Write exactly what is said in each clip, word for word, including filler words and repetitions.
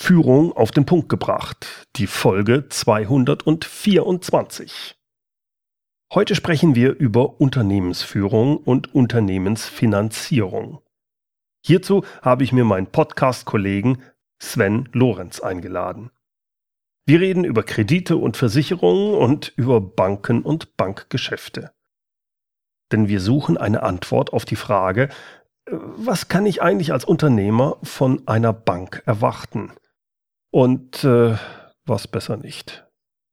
Führung auf den Punkt gebracht, die Folge zweihundertvierundzwanzig. Heute sprechen wir über Unternehmensführung und Unternehmensfinanzierung. Hierzu habe ich mir meinen Podcast-Kollegen Sven Lorenz eingeladen. Wir reden über Kredite und Versicherungen und über Banken und Bankgeschäfte. Denn wir suchen eine Antwort auf die Frage, was kann ich eigentlich als Unternehmer von einer Bank erwarten? Und äh, was besser nicht.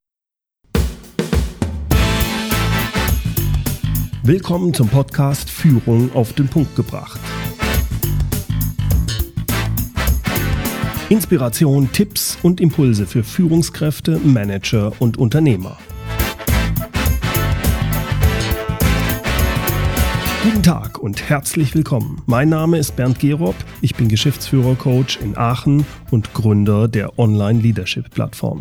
Willkommen zum Podcast Führung auf den Punkt gebracht. Inspiration, Tipps und Impulse für Führungskräfte, Manager und Unternehmer. Guten Tag und herzlich willkommen. Mein Name ist Bernd Gerob, ich bin Geschäftsführer-Coach in Aachen und Gründer der Online-Leadership-Plattform.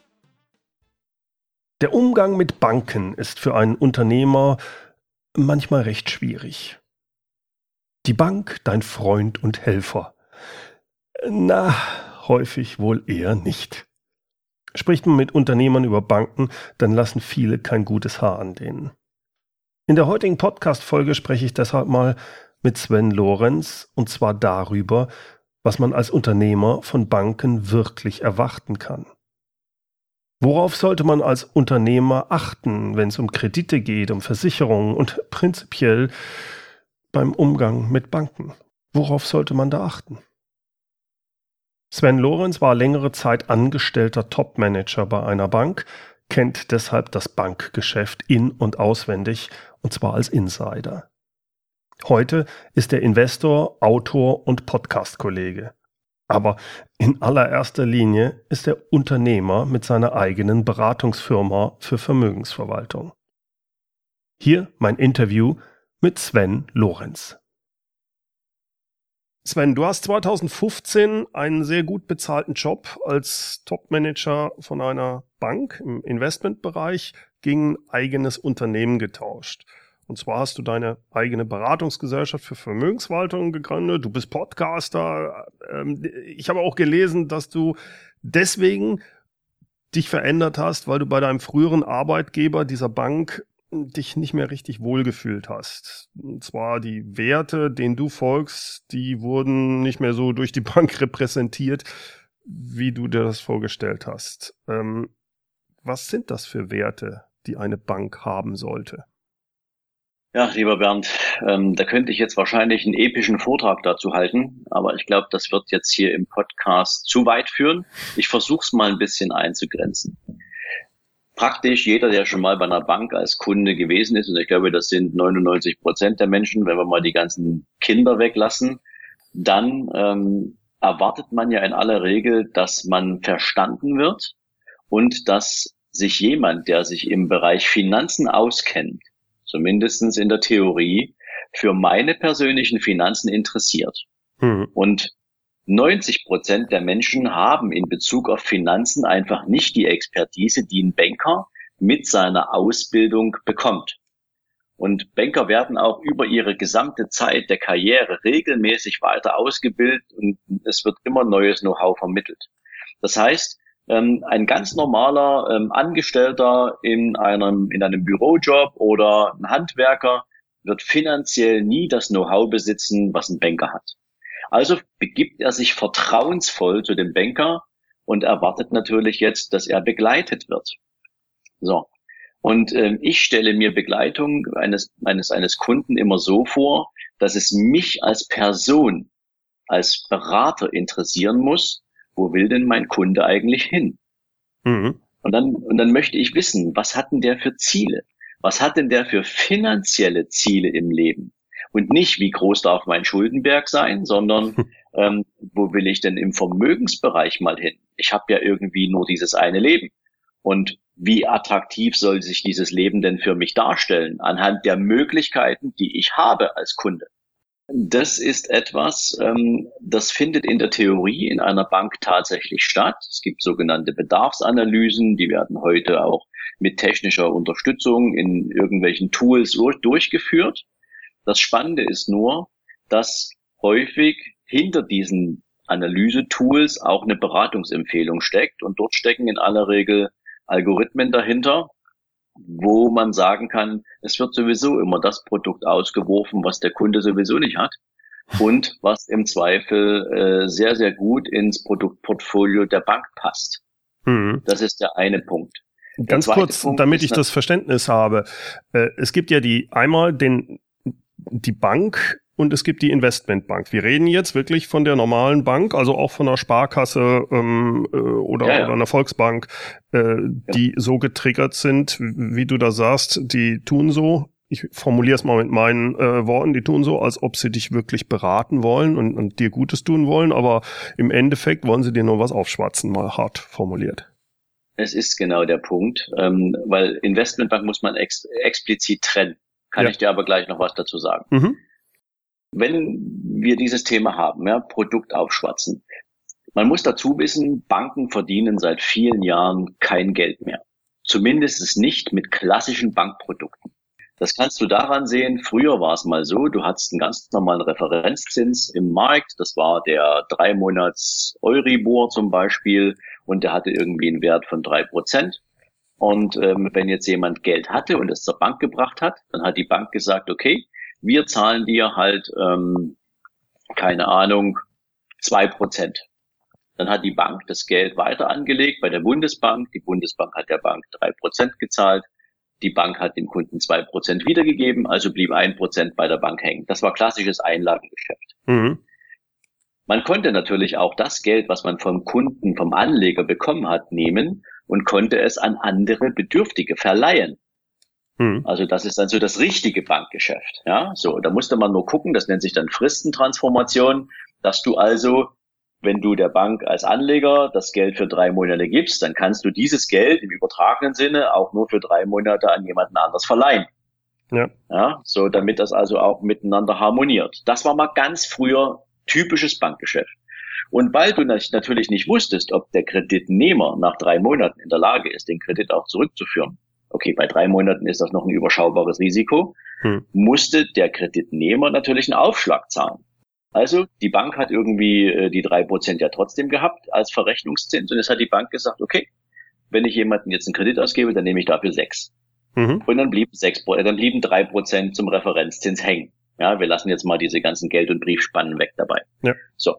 Der Umgang mit Banken ist für einen Unternehmer manchmal recht schwierig. Die Bank, dein Freund und Helfer. Na, häufig wohl eher nicht. Spricht man mit Unternehmern über Banken, dann lassen viele kein gutes Haar an denen. In der heutigen Podcast-Folge spreche ich deshalb mal mit Sven Lorenz, und zwar darüber, was man als Unternehmer von Banken wirklich erwarten kann. Worauf sollte man als Unternehmer achten, wenn es um Kredite geht, um Versicherungen und prinzipiell beim Umgang mit Banken? Worauf sollte man da achten? Sven Lorenz war längere Zeit angestellter Top-Manager bei einer Bank, kennt deshalb das Bankgeschäft in- und auswendig, und zwar als Insider. Heute ist er Investor, Autor und Podcast-Kollege. Aber in allererster Linie ist er Unternehmer mit seiner eigenen Beratungsfirma für Vermögensverwaltung. Hier mein Interview mit Sven Lorenz. Sven, du hast zweitausendfünfzehn einen sehr gut bezahlten Job als Topmanager von einer Bank im Investmentbereich gegen ein eigenes Unternehmen getauscht. Und zwar hast du deine eigene Beratungsgesellschaft für Vermögensverwaltung gegründet, du bist Podcaster. Ich habe auch gelesen, dass du deswegen dich verändert hast, weil du bei deinem früheren Arbeitgeber dieser Bank dich nicht mehr richtig wohlgefühlt hast. Und zwar die Werte, denen du folgst, die wurden nicht mehr so durch die Bank repräsentiert, wie du dir das vorgestellt hast. Ähm, was sind das für Werte, die eine Bank haben sollte? Ja, lieber Bernd, ähm, da könnte ich jetzt wahrscheinlich einen epischen Vortrag dazu halten, aber ich glaube, das wird jetzt hier im Podcast zu weit führen. Ich versuche es mal ein bisschen einzugrenzen. Praktisch jeder, der schon mal bei einer Bank als Kunde gewesen ist, und ich glaube, das sind neunundneunzig Prozent der Menschen, wenn wir mal die ganzen Kinder weglassen, dann ähm, erwartet man ja in aller Regel, dass man verstanden wird und dass sich jemand, der sich im Bereich Finanzen auskennt, zumindest in der Theorie, für meine persönlichen Finanzen interessiert. Hm. Und neunzig Prozent der Menschen haben in Bezug auf Finanzen einfach nicht die Expertise, die ein Banker mit seiner Ausbildung bekommt. Und Banker werden auch über ihre gesamte Zeit der Karriere regelmäßig weiter ausgebildet und es wird immer neues Know-how vermittelt. Das heißt, ein ganz normaler Angestellter in einem, in einem Bürojob oder ein Handwerker wird finanziell nie das Know-how besitzen, was ein Banker hat. Also begibt er sich vertrauensvoll zu dem Banker und erwartet natürlich jetzt, dass er begleitet wird. So. Und ähm, ich stelle mir Begleitung eines, eines, eines Kunden immer so vor, dass es mich als Person, als Berater interessieren muss, wo will denn mein Kunde eigentlich hin? Mhm. Und dann, und dann möchte ich wissen, was hat denn der für Ziele? Was hat denn der für finanzielle Ziele im Leben? Und nicht, wie groß darf mein Schuldenberg sein, sondern ähm, wo will ich denn im Vermögensbereich mal hin? Ich habe ja irgendwie nur dieses eine Leben. Und wie attraktiv soll sich dieses Leben denn für mich darstellen, anhand der Möglichkeiten, die ich habe als Kunde? Das ist etwas, ähm, das findet in der Theorie in einer Bank tatsächlich statt. Es gibt sogenannte Bedarfsanalysen, die werden heute auch mit technischer Unterstützung in irgendwelchen Tools durchgeführt. Das Spannende ist nur, dass häufig hinter diesen Analyse-Tools auch eine Beratungsempfehlung steckt. Und dort stecken in aller Regel Algorithmen dahinter, wo man sagen kann, es wird sowieso immer das Produkt ausgeworfen, was der Kunde sowieso nicht hat und was im Zweifel äh, sehr, sehr gut ins Produktportfolio der Bank passt. Mhm. Das ist der eine Punkt. Ganz kurz, Punkt damit ich das Verständnis habe. Äh, es gibt ja die einmal den die Bank und es gibt die Investmentbank. Wir reden jetzt wirklich von der normalen Bank, also auch von einer Sparkasse ähm, äh, oder, ja, ja. oder einer Volksbank, äh, die ja. so getriggert sind, wie du da sagst, die tun so, ich formuliere es mal mit meinen äh, Worten, die tun so, als ob sie dich wirklich beraten wollen und, und dir Gutes tun wollen, aber im Endeffekt wollen sie dir nur was aufschwatzen, mal hart formuliert. Es ist genau der Punkt, ähm, weil Investmentbank muss man ex- explizit trennen. Kann ja. ich dir aber gleich noch was dazu sagen. Mhm. Wenn wir dieses Thema haben, ja, Produkt aufschwatzen. Man muss dazu wissen, Banken verdienen seit vielen Jahren kein Geld mehr. Zumindest nicht mit klassischen Bankprodukten. Das kannst du daran sehen, früher war es mal so, du hattest einen ganz normalen Referenzzins im Markt, das war der drei Monats Euribor zum Beispiel und der hatte irgendwie einen Wert von drei Prozent. Und ähm, wenn jetzt jemand Geld hatte und es zur Bank gebracht hat, dann hat die Bank gesagt, okay, wir zahlen dir halt, ähm, keine Ahnung, zwei Prozent. Dann hat die Bank das Geld weiter angelegt bei der Bundesbank. Die Bundesbank hat der Bank drei Prozent gezahlt. Die Bank hat dem Kunden zwei Prozent wiedergegeben, also blieb ein Prozent bei der Bank hängen. Das war klassisches Einlagengeschäft. Mhm. Man konnte natürlich auch das Geld, was man vom Kunden, vom Anleger bekommen hat, nehmen und konnte es an andere Bedürftige verleihen. Mhm. Also das ist dann so das richtige Bankgeschäft. Ja, so, da musste man nur gucken, das nennt sich dann Fristentransformation, dass du also, wenn du der Bank als Anleger das Geld für drei Monate gibst, dann kannst du dieses Geld im übertragenen Sinne auch nur für drei Monate an jemanden anders verleihen. Ja. Ja, so, damit das also auch miteinander harmoniert. Das war mal ganz früher typisches Bankgeschäft. Und weil du natürlich nicht wusstest, ob der Kreditnehmer nach drei Monaten in der Lage ist, den Kredit auch zurückzuführen. Okay, bei drei Monaten ist das noch ein überschaubares Risiko. Hm. Musste der Kreditnehmer natürlich einen Aufschlag zahlen. Also die Bank hat irgendwie äh, die drei Prozent ja trotzdem gehabt als Verrechnungszins. Und jetzt hat die Bank gesagt, okay, wenn ich jemanden jetzt einen Kredit ausgebe, dann nehme ich dafür sechs. Mhm. Und dann blieben sechs, dann blieben drei Prozent zum Referenzzins hängen. Ja, wir lassen jetzt mal diese ganzen Geld- und Briefspannen weg dabei. Ja. So.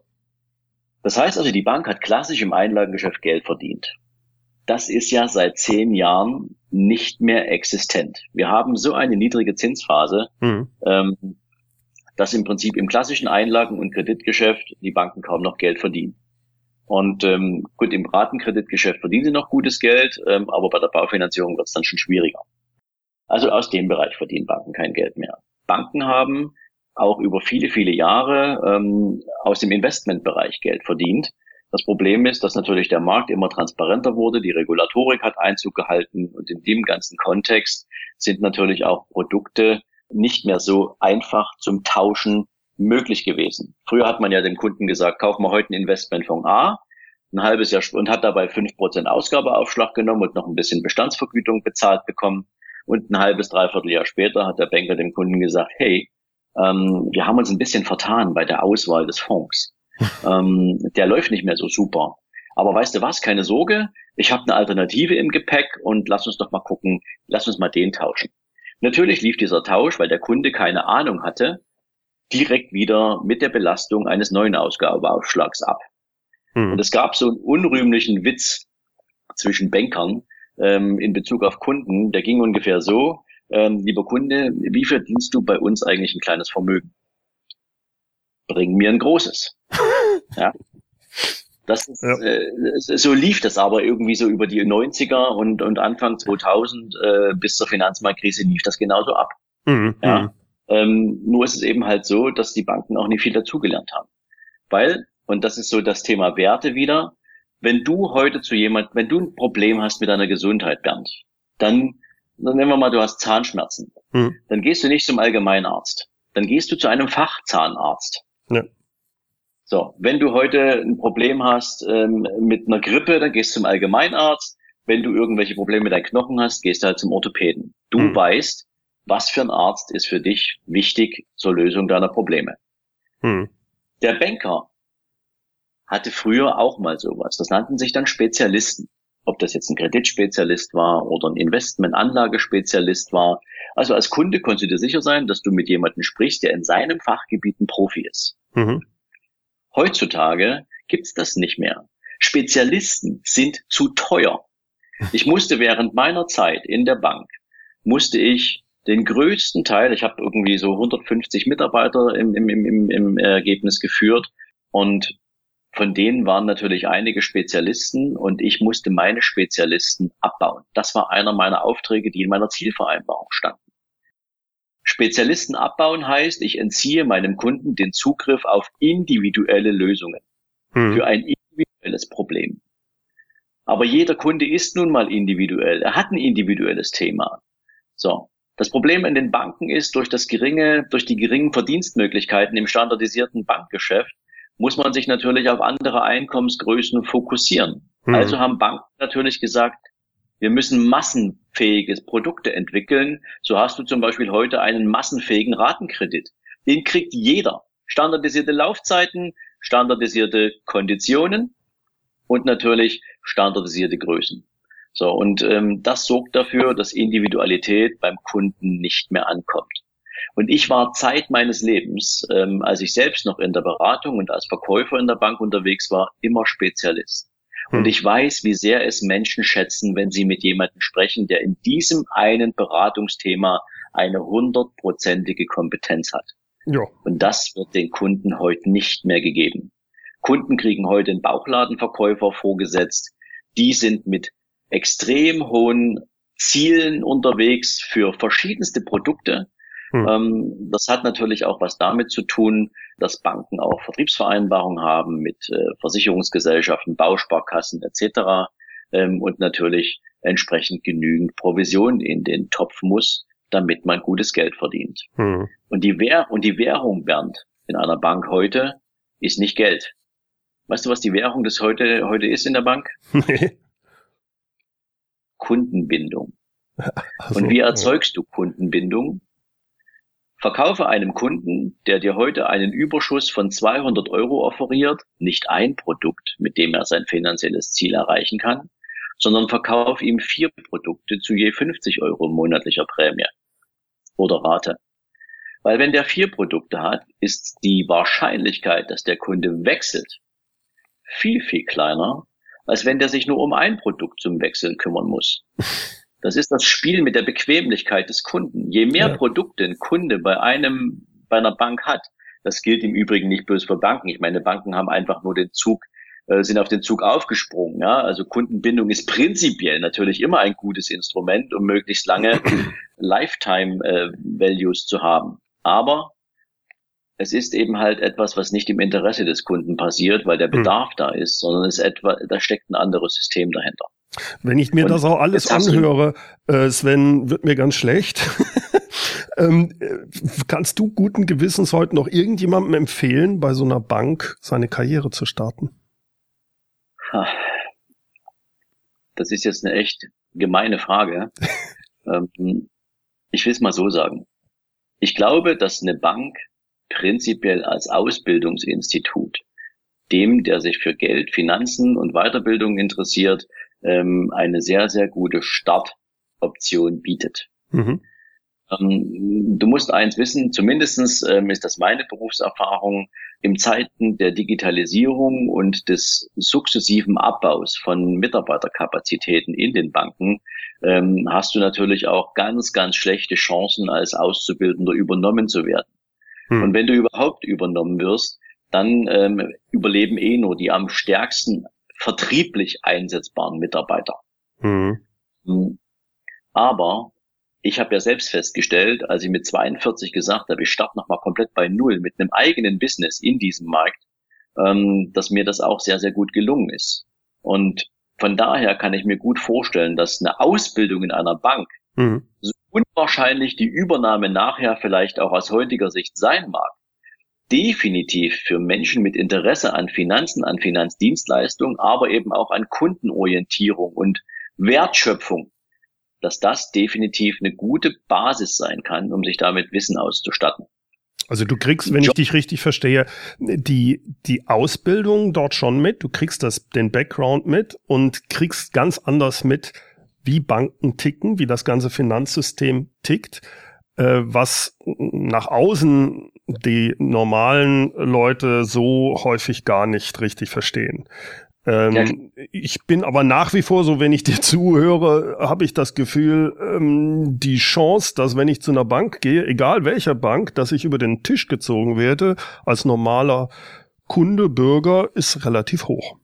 Das heißt also, die Bank hat klassisch im Einlagengeschäft Geld verdient. Das ist ja seit zehn Jahren nicht mehr existent. Wir haben so eine niedrige Zinsphase, mhm. ähm, dass im Prinzip im klassischen Einlagen- und Kreditgeschäft die Banken kaum noch Geld verdienen. Und ähm, gut, im Ratenkreditgeschäft verdienen sie noch gutes Geld, ähm, aber bei der Baufinanzierung wird es dann schon schwieriger. Also aus dem Bereich verdienen Banken kein Geld mehr. Banken haben auch über viele, viele Jahre ähm, aus dem Investmentbereich Geld verdient. Das Problem ist, dass natürlich der Markt immer transparenter wurde, die Regulatorik hat Einzug gehalten und in dem ganzen Kontext sind natürlich auch Produkte nicht mehr so einfach zum Tauschen möglich gewesen. Früher hat man ja dem Kunden gesagt, kauf mal heute ein Investmentfonds A, ein halbes Jahr und hat dabei fünf Prozent Ausgabeaufschlag genommen und noch ein bisschen Bestandsvergütung bezahlt bekommen. Und ein halbes, dreiviertel Jahr später hat der Banker dem Kunden gesagt, hey, ähm, wir haben uns ein bisschen vertan bei der Auswahl des Fonds. ähm, der läuft nicht mehr so super. Aber weißt du was, keine Sorge, ich habe eine Alternative im Gepäck und lass uns doch mal gucken, lass uns mal den tauschen. Natürlich lief dieser Tausch, weil der Kunde keine Ahnung hatte, direkt wieder mit der Belastung eines neuen Ausgabeaufschlags ab. Hm. Und es gab so einen unrühmlichen Witz zwischen Bankern ähm, in Bezug auf Kunden, der ging ungefähr so, ähm, lieber Kunde, wie verdienst du bei uns eigentlich ein kleines Vermögen? Bring mir ein großes. Ja. Das ist, ja. äh, so lief das aber irgendwie so über die neunziger und, und Anfang zweitausend äh, bis zur Finanzmarktkrise lief das genauso ab. Mhm. Ja. Ähm, nur ist es eben halt so, dass die Banken auch nicht viel dazugelernt haben. Weil, und das ist so das Thema Werte wieder, wenn du heute zu jemand, wenn du ein Problem hast mit deiner Gesundheit, Bernd, dann, dann nehmen wir mal, du hast Zahnschmerzen. Mhm. Dann gehst du nicht zum Allgemeinarzt. Dann gehst du zu einem Fachzahnarzt. Ja. So, wenn du heute ein Problem hast ähm, mit einer Grippe, dann gehst du zum Allgemeinarzt. Wenn du irgendwelche Probleme mit deinen Knochen hast, gehst du halt zum Orthopäden. Du mhm. weißt, was für ein Arzt ist für dich wichtig zur Lösung deiner Probleme. Mhm. Der Banker, hatte früher auch mal sowas. Das nannten sich dann Spezialisten. Ob das jetzt ein Kreditspezialist war oder ein Investmentanlagespezialist war. Also als Kunde konntest du dir sicher sein, dass du mit jemandem sprichst, der in seinem Fachgebiet ein Profi ist. Mhm. Heutzutage gibt's das nicht mehr. Spezialisten sind zu teuer. Ich musste während meiner Zeit in der Bank, musste ich den größten Teil, ich habe irgendwie so hundertfünfzig Mitarbeiter im, im, im, im Ergebnis geführt und von denen waren natürlich einige Spezialisten und ich musste meine Spezialisten abbauen. Das war einer meiner Aufträge, die in meiner Zielvereinbarung standen. Spezialisten abbauen heißt, ich entziehe meinem Kunden den Zugriff auf individuelle Lösungen hm. für ein individuelles Problem. Aber jeder Kunde ist nun mal individuell. Er hat ein individuelles Thema. So. Das Problem in den Banken ist, durch das geringe, durch die geringen Verdienstmöglichkeiten im standardisierten Bankgeschäft muss man sich natürlich auf andere Einkommensgrößen fokussieren. Hm. Also haben Banken natürlich gesagt, wir müssen massenfähige Produkte entwickeln. So hast du zum Beispiel heute einen massenfähigen Ratenkredit. Den kriegt jeder. Standardisierte Laufzeiten, standardisierte Konditionen und natürlich standardisierte Größen. So, und ähm, das sorgt dafür, dass Individualität beim Kunden nicht mehr ankommt. Und ich war Zeit meines Lebens, ähm, als ich selbst noch in der Beratung und als Verkäufer in der Bank unterwegs war, immer Spezialist. Hm. Und ich weiß, wie sehr es Menschen schätzen, wenn sie mit jemandem sprechen, der in diesem einen Beratungsthema eine hundertprozentige Kompetenz hat. Ja. Und das wird den Kunden heute nicht mehr gegeben. Kunden kriegen heute einen Bauchladenverkäufer vorgesetzt. Die sind mit extrem hohen Zielen unterwegs für verschiedenste Produkte. Hm. Das hat natürlich auch was damit zu tun, dass Banken auch Vertriebsvereinbarungen haben mit Versicherungsgesellschaften, Bausparkassen et cetera und natürlich entsprechend genügend Provision in den Topf muss, damit man gutes Geld verdient. Hm. Und die Währ- und die Währung, Bernd, in einer Bank heute ist nicht Geld. Weißt du, was die Währung des heute heute ist in der Bank? Nee. Kundenbindung. Also, und wie erzeugst du Kundenbindung? Verkaufe einem Kunden, der dir heute einen Überschuss von zweihundert Euro offeriert, nicht ein Produkt, mit dem er sein finanzielles Ziel erreichen kann, sondern verkaufe ihm vier Produkte zu je fünfzig Euro monatlicher Prämie oder Rate. Weil wenn der vier Produkte hat, ist die Wahrscheinlichkeit, dass der Kunde wechselt, viel, viel kleiner, als wenn der sich nur um ein Produkt zum Wechseln kümmern muss. Das ist das Spiel mit der Bequemlichkeit des Kunden. Je mehr ja. Produkte ein Kunde bei einem, bei einer Bank hat, das gilt im Übrigen nicht bloß für Banken. Ich meine, Banken haben einfach nur den Zug, äh, sind auf den Zug aufgesprungen. Ja, also Kundenbindung ist prinzipiell natürlich immer ein gutes Instrument, um möglichst lange Lifetime äh, Values zu haben. Aber es ist eben halt etwas, was nicht im Interesse des Kunden passiert, weil der Bedarf hm. da ist, sondern es ist etwa, da steckt ein anderes System dahinter. Wenn ich mir und das auch alles anhöre, äh, Sven, wird mir ganz schlecht. ähm, kannst du guten Gewissens heute noch irgendjemandem empfehlen, bei so einer Bank seine Karriere zu starten? Das ist jetzt eine echt gemeine Frage. ähm, ich will es mal so sagen. Ich glaube, dass eine Bank prinzipiell als Ausbildungsinstitut dem, der sich für Geld, Finanzen und Weiterbildung interessiert, eine sehr, sehr gute Startoption bietet. Mhm. Du musst eins wissen, zumindestens ist das meine Berufserfahrung, im Zeiten der Digitalisierung und des sukzessiven Abbaus von Mitarbeiterkapazitäten in den Banken hast du natürlich auch ganz, ganz schlechte Chancen, als Auszubildender übernommen zu werden. Mhm. Und wenn du überhaupt übernommen wirst, dann ähm, überleben eh nur die am stärksten vertrieblich einsetzbaren Mitarbeiter. Mhm. Aber ich habe ja selbst festgestellt, als ich mit zweiundvierzig gesagt habe, ich starte nochmal komplett bei Null mit einem eigenen Business in diesem Markt, ähm, dass mir das auch sehr, sehr gut gelungen ist. Und von daher kann ich mir gut vorstellen, dass eine Ausbildung in einer Bank, mhm. so unwahrscheinlich die Übernahme nachher vielleicht auch aus heutiger Sicht sein mag, definitiv für Menschen mit Interesse an Finanzen, an Finanzdienstleistungen, aber eben auch an Kundenorientierung und Wertschöpfung, dass das definitiv eine gute Basis sein kann, um sich damit Wissen auszustatten. Also du kriegst, wenn ich dich richtig verstehe, die, die Ausbildung dort schon mit, du kriegst das, den Background mit und kriegst ganz anders mit, wie Banken ticken, wie das ganze Finanzsystem tickt, äh, was nach außen die normalen Leute so häufig gar nicht richtig verstehen. Ähm, ja. Ich bin aber nach wie vor so, wenn ich dir zuhöre, habe ich das Gefühl, ähm, die Chance, dass wenn ich zu einer Bank gehe, egal welcher Bank, dass ich über den Tisch gezogen werde, als normaler Kunde, Bürger, ist relativ hoch.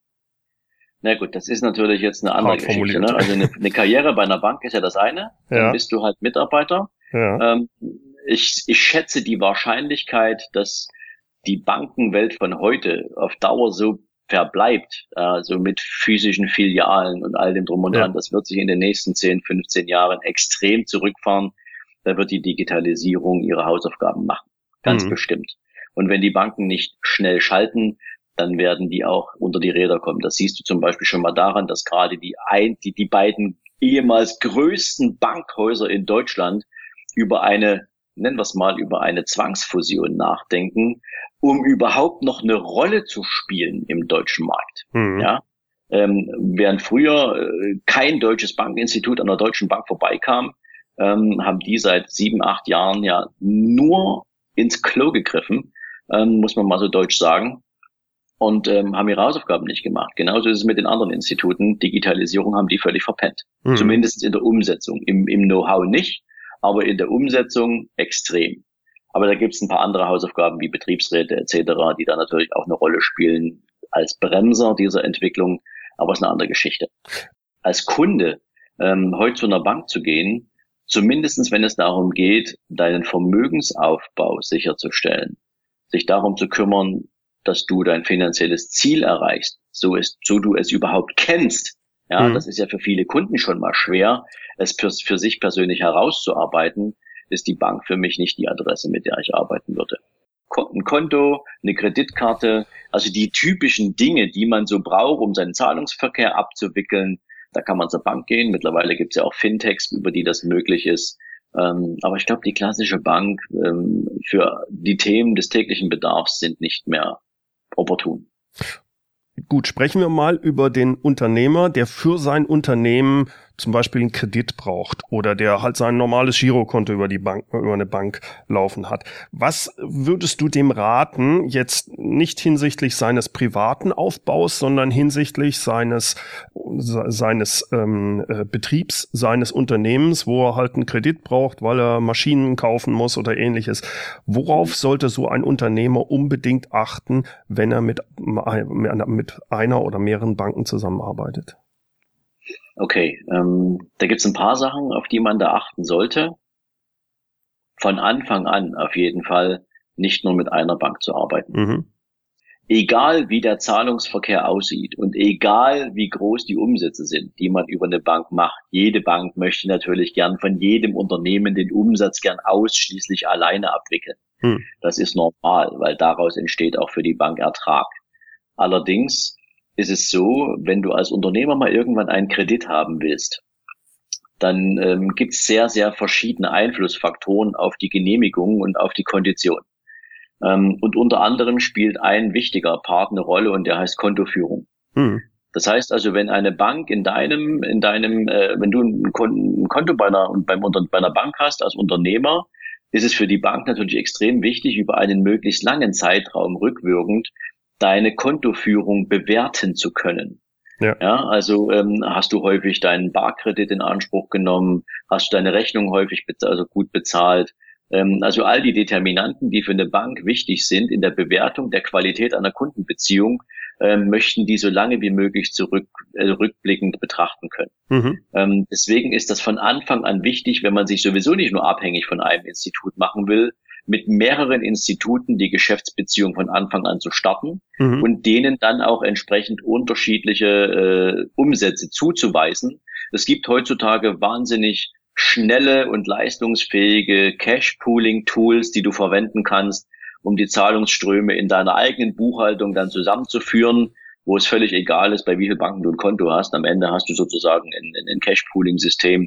Na gut, das ist natürlich jetzt eine andere Geschichte. Ne? Also eine, eine Karriere bei einer Bank ist ja das eine, dann ja. bist du halt Mitarbeiter. Ja. Ähm, ich, ich schätze die Wahrscheinlichkeit, dass die Bankenwelt von heute auf Dauer so verbleibt, also mit physischen Filialen und all dem drum und dran, ja. das wird sich in den nächsten zehn, fünfzehn Jahren extrem zurückfahren. Da wird die Digitalisierung ihre Hausaufgaben machen. Ganz mhm. bestimmt. Und wenn die Banken nicht schnell schalten, dann werden die auch unter die Räder kommen. Das siehst du zum Beispiel schon mal daran, dass gerade die, ein, die, die beiden ehemals größten Bankhäuser in Deutschland über eine, nennen wir es mal, über eine Zwangsfusion nachdenken, um überhaupt noch eine Rolle zu spielen im deutschen Markt. Mhm. Ja, ähm, während früher äh, kein deutsches Bankinstitut an der Deutschen Bank vorbeikam, ähm, haben die seit sieben, acht Jahren ja nur ins Klo gegriffen, ähm, muss man mal so deutsch sagen, und ähm, haben ihre Hausaufgaben nicht gemacht. Genauso ist es mit den anderen Instituten. Digitalisierung haben die völlig verpennt. Mhm. Zumindest in der Umsetzung. Im, im Know-how nicht, aber in der Umsetzung extrem. Aber da gibt es ein paar andere Hausaufgaben wie Betriebsräte et cetera, die da natürlich auch eine Rolle spielen als Bremser dieser Entwicklung. Aber es ist eine andere Geschichte. Als Kunde ähm, heute zu einer Bank zu gehen, zumindestens wenn es darum geht, deinen Vermögensaufbau sicherzustellen, sich darum zu kümmern, dass du dein finanzielles Ziel erreichst, so ist, so du es überhaupt kennst. Ja, mhm. das ist ja für viele Kunden schon mal schwer, es für, für sich persönlich herauszuarbeiten, ist die Bank für mich nicht die Adresse, mit der ich arbeiten würde. Ein Konto, eine Kreditkarte, also die typischen Dinge, die man so braucht, um seinen Zahlungsverkehr abzuwickeln, da kann man zur Bank gehen. Mittlerweile gibt es ja auch Fintechs, über die das möglich ist. Ähm, aber ich glaube, die klassische Bank ähm, für die Themen des täglichen Bedarfs sind nicht mehr opportun. Gut, sprechen wir mal über den Unternehmer, der für sein Unternehmen zum Beispiel einen Kredit braucht oder der halt sein normales Girokonto über die Bank, über eine Bank laufen hat. Was würdest du dem raten, jetzt nicht hinsichtlich seines privaten Aufbaus, sondern hinsichtlich seines seines ähm, Betriebs, seines Unternehmens, wo er halt einen Kredit braucht, weil er Maschinen kaufen muss oder ähnliches. Worauf sollte so ein Unternehmer unbedingt achten, wenn er mit mit einer oder mehreren Banken zusammenarbeitet? Okay, ähm, da gibt's ein paar Sachen, auf die man da achten sollte. Von Anfang an auf jeden Fall nicht nur mit einer Bank zu arbeiten. Mhm. Egal wie der Zahlungsverkehr aussieht und egal wie groß die Umsätze sind, die man über eine Bank macht. Jede Bank möchte natürlich gern von jedem Unternehmen den Umsatz gern ausschließlich alleine abwickeln. Mhm. Das ist normal, weil daraus entsteht auch für die Bank Ertrag. Allerdings ist es so, wenn du als Unternehmer mal irgendwann einen Kredit haben willst, dann ähm, gibt es sehr, sehr verschiedene Einflussfaktoren auf die Genehmigung und auf die Kondition. Ähm, und unter anderem spielt ein wichtiger Part eine Rolle und der heißt Kontoführung. Mhm. Das heißt also, wenn eine Bank in deinem, in deinem, äh, wenn du ein, Kon- ein Konto bei einer, beim, bei einer Bank hast als Unternehmer, ist es für die Bank natürlich extrem wichtig, über einen möglichst langen Zeitraum rückwirkend deine Kontoführung bewerten zu können. Ja, ja also ähm, hast du häufig deinen Barkredit in Anspruch genommen, hast du deine Rechnung häufig bez- also gut bezahlt. Ähm, also all die Determinanten, die für eine Bank wichtig sind in der Bewertung der Qualität einer Kundenbeziehung, ähm, möchten die so lange wie möglich zurück äh, rückblickend betrachten können. Mhm. Ähm, deswegen ist das von Anfang an wichtig, wenn man sich sowieso nicht nur abhängig von einem Institut machen will, mit mehreren Instituten die Geschäftsbeziehung von Anfang an zu starten mhm. und denen dann auch entsprechend unterschiedliche äh, Umsätze zuzuweisen. Es gibt heutzutage wahnsinnig schnelle und leistungsfähige Cash-Pooling-Tools, die du verwenden kannst, um die Zahlungsströme in deiner eigenen Buchhaltung dann zusammenzuführen, wo es völlig egal ist, bei wie vielen Banken du ein Konto hast. Am Ende hast du sozusagen ein, ein Cash-Pooling-System,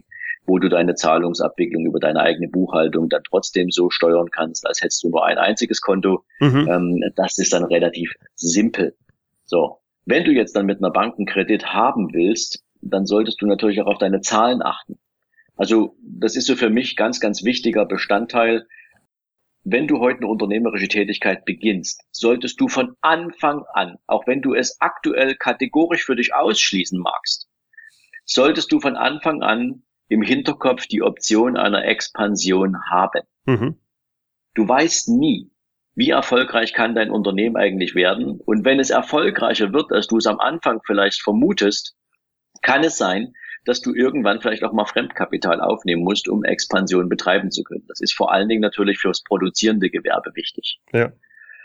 wo du deine Zahlungsabwicklung über deine eigene Buchhaltung dann trotzdem so steuern kannst, als hättest du nur ein einziges Konto. Mhm. Ähm, das ist dann relativ simpel. So, wenn du jetzt dann mit einer Bank einen Kredit haben willst, dann solltest du natürlich auch auf deine Zahlen achten. Also das ist so für mich ganz, ganz wichtiger Bestandteil. Wenn du heute eine unternehmerische Tätigkeit beginnst, solltest du von Anfang an, auch wenn du es aktuell kategorisch für dich ausschließen magst, solltest du von Anfang an im Hinterkopf die Option einer Expansion haben. Mhm. Du weißt nie, wie erfolgreich kann dein Unternehmen eigentlich werden. Und wenn es erfolgreicher wird, als du es am Anfang vielleicht vermutest, kann es sein, dass du irgendwann vielleicht auch mal Fremdkapital aufnehmen musst, um Expansion betreiben zu können. Das ist vor allen Dingen natürlich fürs produzierende Gewerbe wichtig. Ja.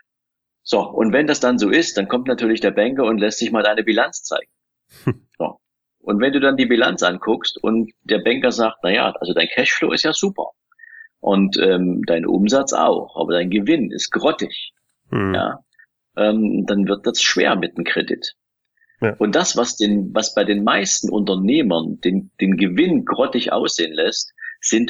So, und wenn das dann so ist, dann kommt natürlich der Banker und lässt sich mal deine Bilanz zeigen. Hm. So. Und wenn du dann die Bilanz anguckst und der Banker sagt, na ja, also dein Cashflow ist ja super und ähm, dein Umsatz auch, aber dein Gewinn ist grottig, hm. ja, ähm, dann wird das schwer mit dem Kredit. Ja. Und das, was den, was bei den meisten Unternehmern den, den Gewinn grottig aussehen lässt, sind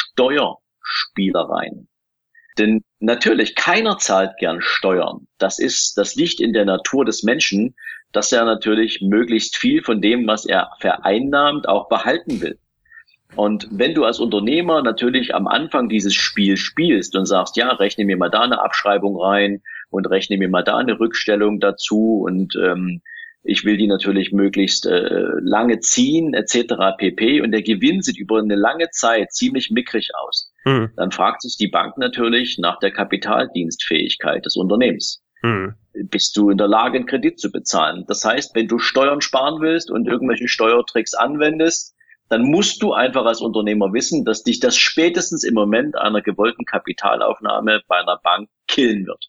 Steuerspielereien. Denn natürlich, keiner zahlt gern Steuern. Das ist, das liegt in der Natur des Menschen, dass er natürlich möglichst viel von dem, was er vereinnahmt, auch behalten will. Und wenn du als Unternehmer natürlich am Anfang dieses Spiel spielst und sagst, ja, rechne mir mal da eine Abschreibung rein und rechne mir mal da eine Rückstellung dazu und ähm, ich will die natürlich möglichst äh, lange ziehen, et cetera pp. Und der Gewinn sieht über eine lange Zeit ziemlich mickrig aus. Mhm. Dann fragt sich die Bank natürlich nach der Kapitaldienstfähigkeit des Unternehmens. Mhm. Bist du in der Lage, einen Kredit zu bezahlen? Das heißt, wenn du Steuern sparen willst und irgendwelche Steuertricks anwendest, dann musst du einfach als Unternehmer wissen, dass dich das spätestens im Moment einer gewollten Kapitalaufnahme bei einer Bank killen wird.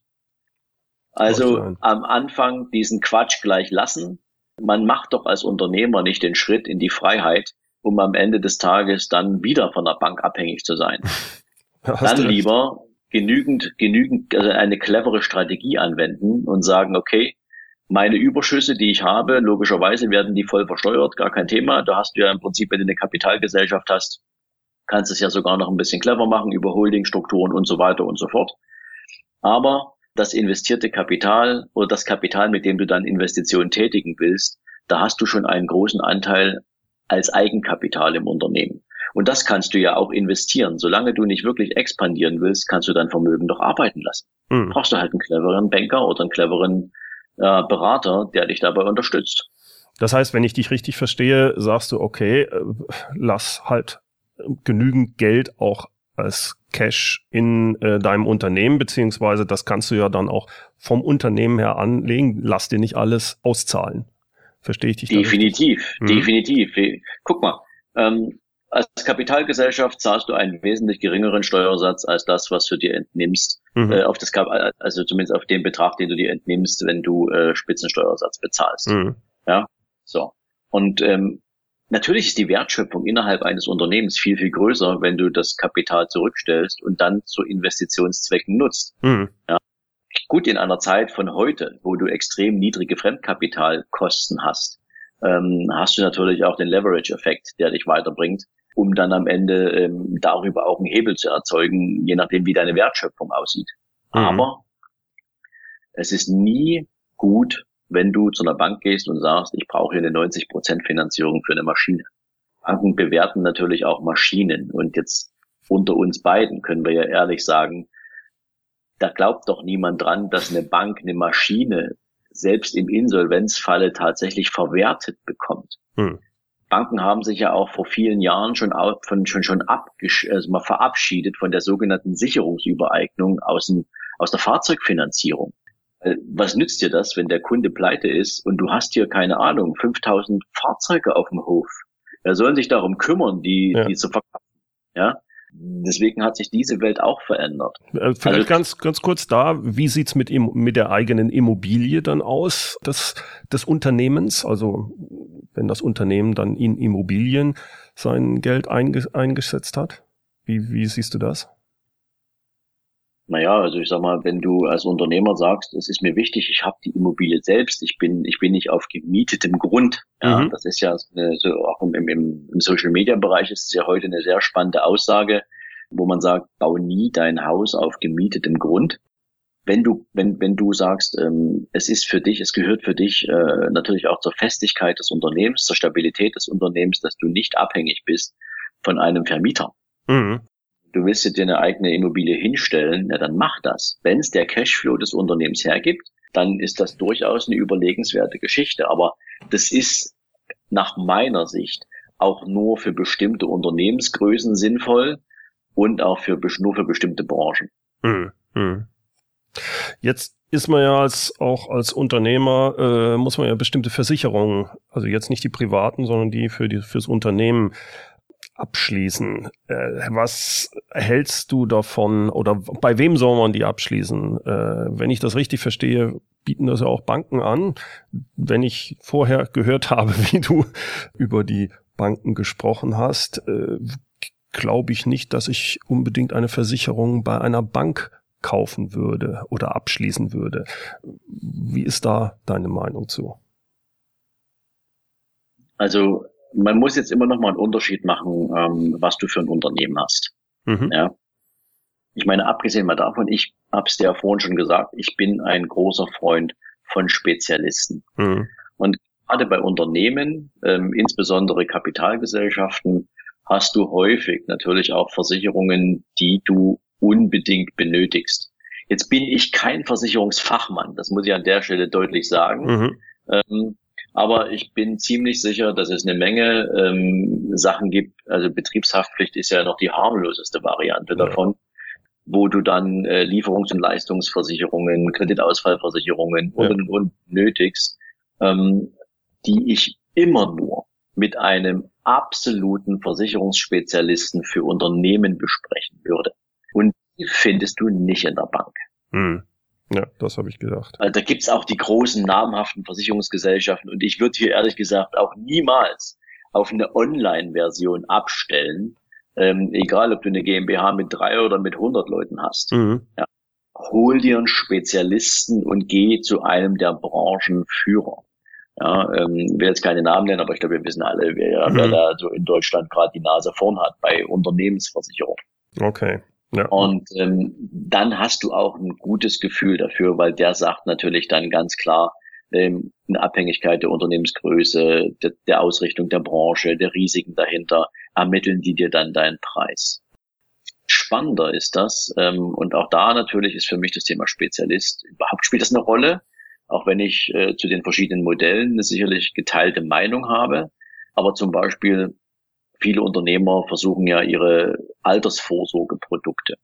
Also am Anfang diesen Quatsch gleich lassen. Man macht doch als Unternehmer nicht den Schritt in die Freiheit, um am Ende des Tages dann wieder von der Bank abhängig zu sein. Dann lieber genügend, genügend, also eine clevere Strategie anwenden und sagen, okay, meine Überschüsse, die ich habe, logischerweise werden die voll versteuert, gar kein Thema. Da hast du ja im Prinzip, wenn du eine Kapitalgesellschaft hast, kannst du es ja sogar noch ein bisschen clever machen über Holdingstrukturen und so weiter und so fort. Aber das investierte Kapital oder das Kapital, mit dem du dann Investitionen tätigen willst, da hast du schon einen großen Anteil als Eigenkapital im Unternehmen. Und das kannst du ja auch investieren. Solange du nicht wirklich expandieren willst, kannst du dein Vermögen doch arbeiten lassen. Hm. Brauchst du halt einen cleveren Banker oder einen cleveren äh, Berater, der dich dabei unterstützt. Das heißt, wenn ich dich richtig verstehe, sagst du, okay, äh, lass halt genügend Geld auch als Cash in äh, deinem Unternehmen, beziehungsweise das kannst du ja dann auch vom Unternehmen her anlegen. Lass dir nicht alles auszahlen. Verstehe ich dich da Definitiv, hm. definitiv. Guck mal, ähm, als Kapitalgesellschaft zahlst du einen wesentlich geringeren Steuersatz als das, was du dir entnimmst, mhm. äh, auf das, also zumindest auf den Betrag, den du dir entnimmst, wenn du äh, Spitzensteuersatz bezahlst. Mhm. Ja, so. Und ähm, natürlich ist die Wertschöpfung innerhalb eines Unternehmens viel, viel größer, wenn du das Kapital zurückstellst und dann zu Investitionszwecken nutzt. Mhm. Ja. Gut, in einer Zeit von heute, wo du extrem niedrige Fremdkapitalkosten hast, ähm, hast du natürlich auch den Leverage-Effekt, der dich weiterbringt, um dann am Ende ähm, darüber auch einen Hebel zu erzeugen, je nachdem, wie deine Wertschöpfung aussieht. Mhm. Aber es ist nie gut, wenn du zu einer Bank gehst und sagst, ich brauche hier eine neunzig Prozent Finanzierung für eine Maschine. Banken bewerten natürlich auch Maschinen. Und jetzt unter uns beiden können wir ja ehrlich sagen, da glaubt doch niemand dran, dass eine Bank eine Maschine selbst im Insolvenzfalle tatsächlich verwertet bekommt. Hm. Banken haben sich ja auch vor vielen Jahren schon von, schon, schon abgesch- also mal verabschiedet von der sogenannten Sicherungsübereignung aus, dem, aus der Fahrzeugfinanzierung. Was nützt dir das, wenn der Kunde pleite ist und du hast hier, keine Ahnung, fünftausend Fahrzeuge auf dem Hof? Er soll sich darum kümmern, die, ja. die zu verkaufen. Ja? Deswegen hat sich diese Welt auch verändert. Vielleicht also, ganz ganz kurz da, wie sieht's mit mit der eigenen Immobilie dann aus, des, des Unternehmens? Also wenn das Unternehmen dann in Immobilien sein Geld einge, eingesetzt hat? Wie, wie siehst du das? Naja, also ich sag mal, wenn du als Unternehmer sagst, es ist mir wichtig, ich habe die Immobilie selbst, ich bin, ich bin nicht auf gemietetem Grund. Ja, Mhm. das ist ja eine, so auch im, im, im Social Media Bereich ist es ja heute eine sehr spannende Aussage, wo man sagt, bau nie dein Haus auf gemietetem Grund. Wenn du, wenn, wenn du sagst, ähm, es ist für dich, es gehört für dich äh, natürlich auch zur Festigkeit des Unternehmens, zur Stabilität des Unternehmens, dass du nicht abhängig bist von einem Vermieter. Mhm. Du willst dir eine eigene Immobilie hinstellen, na dann mach das. Wenn es der Cashflow des Unternehmens hergibt, dann ist das durchaus eine überlegenswerte Geschichte. Aber das ist nach meiner Sicht auch nur für bestimmte Unternehmensgrößen sinnvoll und auch für nur für bestimmte Branchen. Mhm. Mhm. Jetzt ist man ja als auch als Unternehmer, äh, muss man ja bestimmte Versicherungen, also jetzt nicht die privaten, sondern die für die fürs Unternehmen abschließen. Äh, was hältst du davon oder bei wem soll man die abschließen? Äh, wenn ich das richtig verstehe, bieten das ja auch Banken an. Wenn ich vorher gehört habe, wie du über die Banken gesprochen hast, äh, glaube ich nicht, dass ich unbedingt eine Versicherung bei einer Bank kaufen würde oder abschließen würde. Wie ist da deine Meinung zu? Also man muss jetzt immer noch mal einen Unterschied machen, ähm, was du für ein Unternehmen hast. Mhm. Ja. Ich meine, abgesehen mal davon, ich habe es dir ja vorhin schon gesagt, ich bin ein großer Freund von Spezialisten. Mhm. Und gerade bei Unternehmen, ähm, insbesondere Kapitalgesellschaften, hast du häufig natürlich auch Versicherungen, die du unbedingt benötigst. Jetzt bin ich kein Versicherungsfachmann, das muss ich an der Stelle deutlich sagen. Mhm. Ähm, aber ich bin ziemlich sicher, dass es eine Menge ähm, Sachen gibt. Also Betriebshaftpflicht ist ja noch die harmloseste Variante Ja. davon, wo du dann äh, Lieferungs- und Leistungsversicherungen, Kreditausfallversicherungen und, Ja. und, und nötigst, ähm, die ich immer nur mit einem absoluten Versicherungsspezialisten für Unternehmen besprechen würde. Und die findest du nicht in der Bank. Mhm. Ja, das habe ich gedacht. Also da gibt's auch die großen namhaften Versicherungsgesellschaften und ich würde hier ehrlich gesagt auch niemals auf eine Online-Version abstellen, ähm, egal ob du eine GmbH mit drei oder mit hundert Leuten hast. Mhm. Ja. Hol dir einen Spezialisten und geh zu einem der Branchenführer. Ja, ähm, ich will jetzt keine Namen nennen, aber ich glaube, wir wissen alle, wer, Mhm. wer da so in Deutschland gerade die Nase vorn hat bei Unternehmensversicherung. Okay. Ja. Und ähm, dann hast du auch ein gutes Gefühl dafür, weil der sagt natürlich dann ganz klar, ähm, eine Abhängigkeit der Unternehmensgröße, der, der Ausrichtung der Branche, der Risiken dahinter, ermitteln die dir dann deinen Preis. Spannender ist das, ähm, und auch da natürlich ist für mich das Thema Spezialist, überhaupt spielt das eine Rolle, auch wenn ich äh, zu den verschiedenen Modellen eine sicherlich geteilte Meinung habe, aber zum Beispiel viele Unternehmer versuchen ja ihre Altersvorsorgeprodukte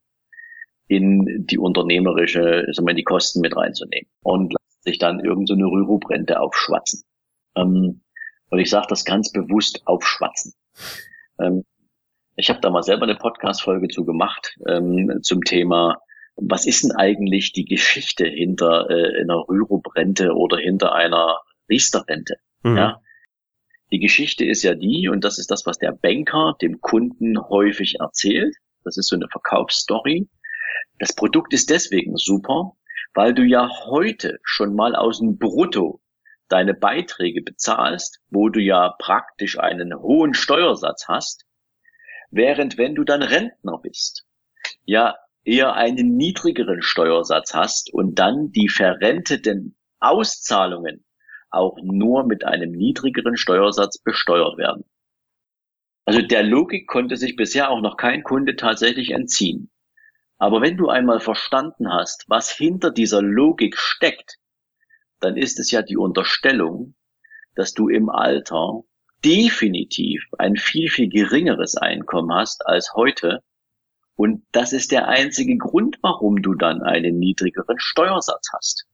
in die unternehmerische, sagen wir, in die Kosten mit reinzunehmen und lassen sich dann irgend so eine Rürup-Rente aufschwatzen. Ähm, und ich sage das ganz bewusst, aufschwatzen. Ähm, ich habe da mal selber eine Podcast-Folge zu gemacht ähm, zum Thema, was ist denn eigentlich die Geschichte hinter äh, einer Rürup-Rente oder hinter einer Riester-Rente? Mhm. Ja. Die Geschichte ist ja die, und das ist das, was der Banker dem Kunden häufig erzählt. Das ist so eine Verkaufsstory. Das Produkt ist deswegen super, weil du ja heute schon mal aus dem Brutto deine Beiträge bezahlst, wo du ja praktisch einen hohen Steuersatz hast, während wenn du dann Rentner bist, ja eher einen niedrigeren Steuersatz hast und dann die verrenteten Auszahlungen auch nur mit einem niedrigeren Steuersatz besteuert werden. Also der Logik konnte sich bisher auch noch kein Kunde tatsächlich entziehen. Aber wenn du einmal verstanden hast, was hinter dieser Logik steckt, dann ist es ja die Unterstellung, dass du im Alter definitiv ein viel, viel geringeres Einkommen hast als heute. Und das ist der einzige Grund, warum du dann einen niedrigeren Steuersatz hast.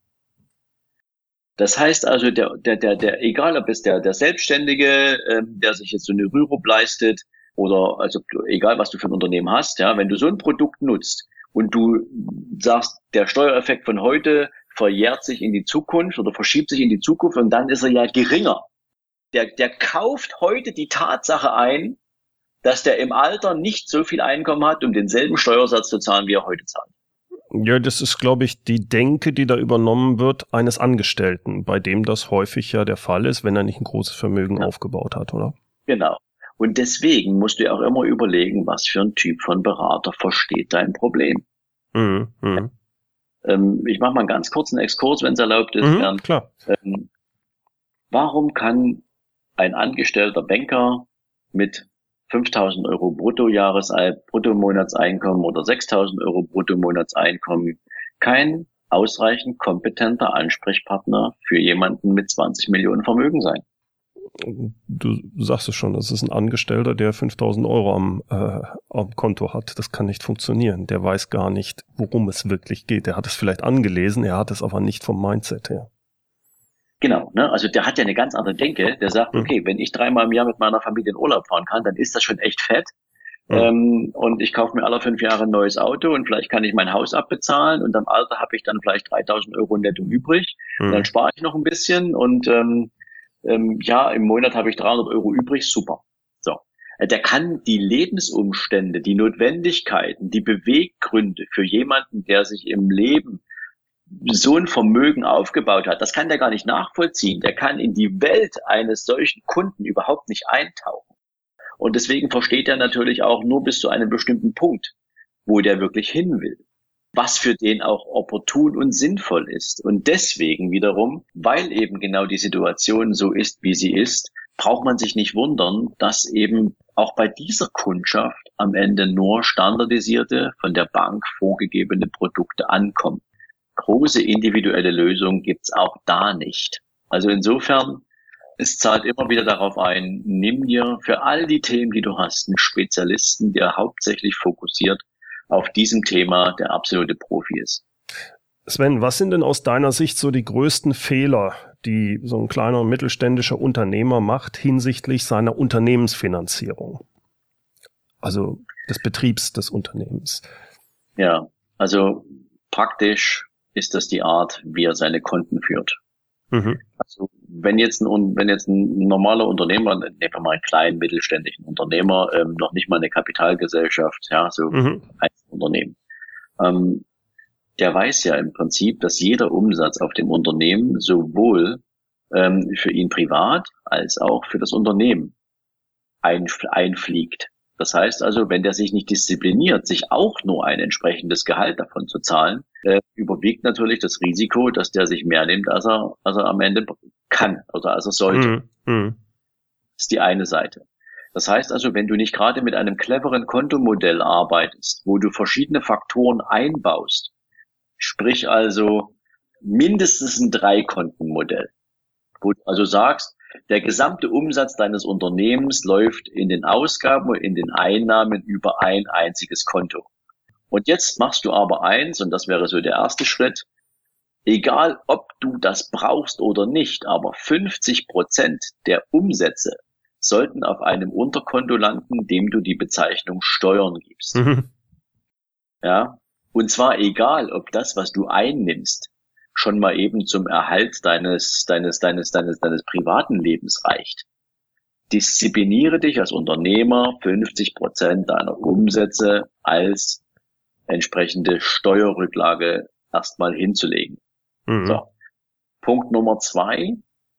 Das heißt also, der, der, der, der, egal ob es der, der Selbstständige, ähm, der sich jetzt so eine Rürup leistet, oder also egal was du für ein Unternehmen hast, ja, wenn du so ein Produkt nutzt und du sagst, der Steuereffekt von heute verjährt sich in die Zukunft oder verschiebt sich in die Zukunft und dann ist er ja geringer. Der, der kauft heute die Tatsache ein, dass der im Alter nicht so viel Einkommen hat, um denselben Steuersatz zu zahlen, wie er heute zahlt. Ja, das ist, glaube ich, die Denke, die da übernommen wird, eines Angestellten, bei dem das häufig ja der Fall ist, wenn er nicht ein großes Vermögen ja. aufgebaut hat, oder? Genau. Und deswegen musst du ja auch immer überlegen, was für ein Typ von Berater versteht dein Problem. Mhm, mh. ähm, ich mache mal einen ganz kurzen Exkurs, wenn es erlaubt ist. Mhm, Bernd. klar. Ähm, warum kann ein angestellter Banker mit fünftausend Euro Bruttojahresei Bruttomonatseinkommen oder sechstausend Euro Bruttomonatseinkommen kein ausreichend kompetenter Ansprechpartner für jemanden mit zwanzig Millionen Vermögen sein? Du sagst es schon, das ist ein Angestellter, der fünftausend Euro am, äh, am Konto hat. Das kann nicht funktionieren. Der weiß gar nicht, worum es wirklich geht. Er hat es vielleicht angelesen, er hat es aber nicht vom Mindset her. Genau, ne? Also der hat ja eine ganz andere Denke. Der sagt, Mhm. okay, wenn ich dreimal im Jahr mit meiner Familie in Urlaub fahren kann, dann ist das schon echt fett. Mhm. Ähm, und ich kaufe mir alle fünf Jahre ein neues Auto und vielleicht kann ich mein Haus abbezahlen und am Alter habe ich dann vielleicht dreitausend Euro netto übrig. Mhm. Und dann spare ich noch ein bisschen und ähm, ähm, ja, im Monat habe ich dreihundert Euro übrig, super. So, der kann die Lebensumstände, die Notwendigkeiten, die Beweggründe für jemanden, der sich im Leben so ein Vermögen aufgebaut hat, das kann der gar nicht nachvollziehen. Der kann in die Welt eines solchen Kunden überhaupt nicht eintauchen. Und deswegen versteht er natürlich auch nur bis zu einem bestimmten Punkt, wo der wirklich hin will, was für den auch opportun und sinnvoll ist. Und deswegen wiederum, weil eben genau die Situation so ist, wie sie ist, braucht man sich nicht wundern, dass eben auch bei dieser Kundschaft am Ende nur standardisierte, von der Bank vorgegebene Produkte ankommen. Große individuelle Lösungen gibt's auch da nicht. Also insofern, es zahlt immer wieder darauf ein, nimm dir für all die Themen, die du hast, einen Spezialisten, der hauptsächlich fokussiert auf diesem Thema, der absolute Profi ist. Sven, was sind denn aus deiner Sicht so die größten Fehler, die so ein kleiner mittelständischer Unternehmer macht hinsichtlich seiner Unternehmensfinanzierung? Also des Betriebs des Unternehmens. Ja, also praktisch ist das die Art, wie er seine Konten führt. Mhm. Also wenn jetzt ein wenn jetzt ein normaler Unternehmer, nehmen wir mal einen kleinen mittelständischen Unternehmer, ähm, noch nicht mal eine Kapitalgesellschaft, ja, so mhm. ein Unternehmen, ähm, der weiß ja im Prinzip, dass jeder Umsatz auf dem Unternehmen sowohl ähm, für ihn privat als auch für das Unternehmen einf- einfliegt. Das heißt also, wenn der sich nicht diszipliniert, sich auch nur ein entsprechendes Gehalt davon zu zahlen, äh, überwiegt natürlich das Risiko, dass der sich mehr nimmt, als er, als er am Ende kann oder als er sollte. Mhm. Das ist die eine Seite. Das heißt also, wenn du nicht gerade mit einem cleveren Kontomodell arbeitest, wo du verschiedene Faktoren einbaust, sprich also mindestens ein Drei-Konten-Modell, wo du also sagst, der gesamte Umsatz deines Unternehmens läuft in den Ausgaben und in den Einnahmen über ein einziges Konto. Und jetzt machst du aber eins, und das wäre so der erste Schritt, egal ob du das brauchst oder nicht, aber fünfzig Prozent der Umsätze sollten auf einem Unterkonto landen, dem du die Bezeichnung Steuern gibst. Mhm. Ja, und zwar egal, ob das, was du einnimmst, schon mal eben zum Erhalt deines, deines, deines, deines, deines privaten Lebens reicht. Diszipliniere dich als Unternehmer, fünfzig Prozent deiner Umsätze als entsprechende Steuerrücklage erstmal hinzulegen. Mhm. So. Punkt Nummer zwei.